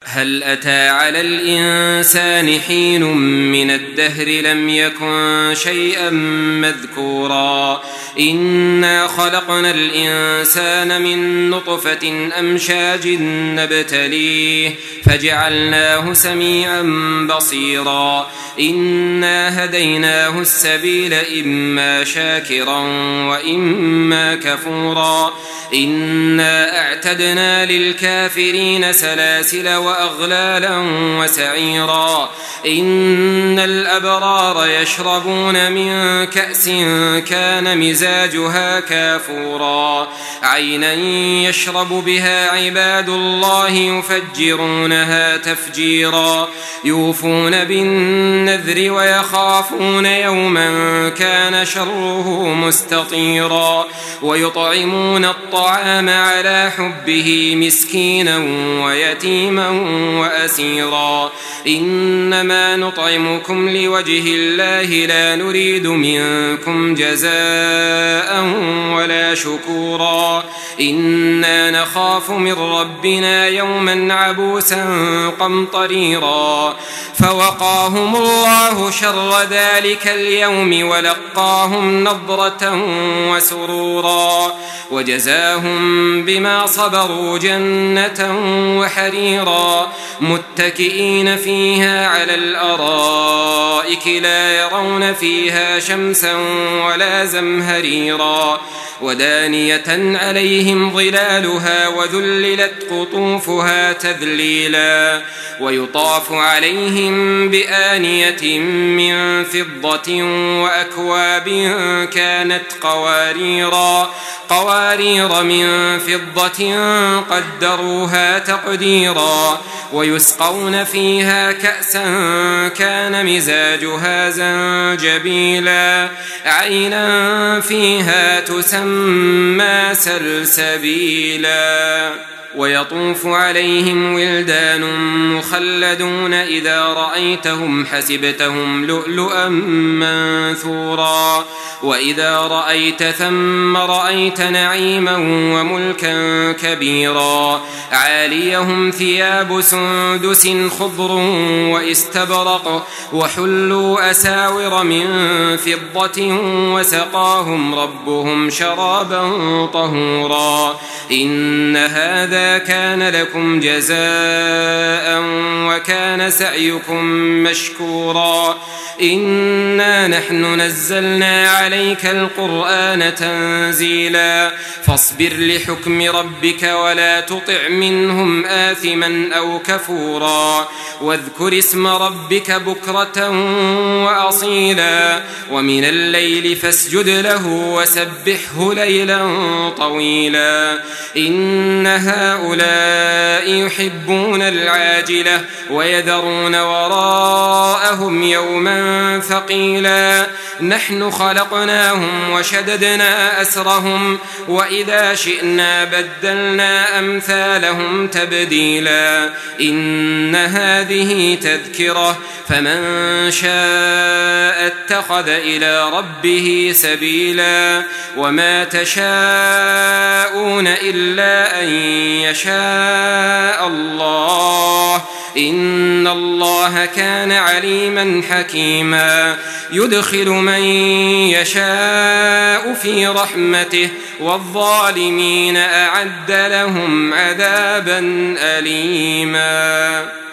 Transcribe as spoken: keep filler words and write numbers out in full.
هل أتى على الإنسان حين من الدهر لم يكن شيئا مذكورا إنا خلقنا الإنسان من نطفة أمشاج نبتليه فجعلناه سميعا بصيرا إنا هديناه السبيل إما شاكرا وإما كفورا إنا أعتدنا للكافرين سلاسل وأغلالا وسعيرا إن الأبرار يشربون من كأس كان مزاجها كافورا عينا يشرب بها عباد الله يفجرونها تفجيرا يوفون بالنذر ويخافون يوما كان شره مستطيرا ويطعمون الطعام على حبه مسكينا ويتيما وأسيرا إنما نطعمكم لوجه الله لا نريد منكم جزاء ولا شكورا إنا نخاف من ربنا يوما عبوسا قمطريرا فوقاهم الله شر ذلك اليوم ولقاهم نضرة وسرورا وجزاهم بما صبروا جنة وحريرا متكئين فيها على الأرائك لا يرون فيها شمسا ولا زمهريرا ودانية عليهم ظلالها وذللت قطوفها تذليلا ويطاف عليهم بآنية من فضة وأكواب كانت قواريرا قوارير من فضة قدروها تقديرا ويسقون فيها كأسا كان مزاجها زنجبيلا عينا فيها تسمى سلسبيلا ويطوف عليهم ولدان مخلدون إذا رأيتهم حسبتهم لؤلؤا منثورا وإذا رأيت ثم رأيت نعيما وملكا كبيرا عاليهم ثياب سندس خضر واستبرق وحلوا أساور من فضة وسقاهم ربهم شرابا طهورا إن هذا كان لكم جزاء وكان سعيكم مشكورا إنا نحن نزلنا عليك القرآن تنزيلا فاصبر لحكم ربك ولا تطع منهم آثما أو كفورا واذكر اسم ربك بكرة وأصيلا ومن الليل فاسجد له وسبحه ليلا طويلا إن هؤلاء يحبون العاجلة ويذرون وراءهم يوما ثقيلا نحن خلقناهم وشددنا أسرهم وإذا شئنا بدلنا أمثالهم تبديلا إن هذه تذكرة فمن شاء اتخذ إلى ربه سبيلا وما تشاءون إلا أن يشاء الله إن الله كان عليما حكيما يدخل من يشاء في رحمته والظالمين أعد لهم عذابا أليما.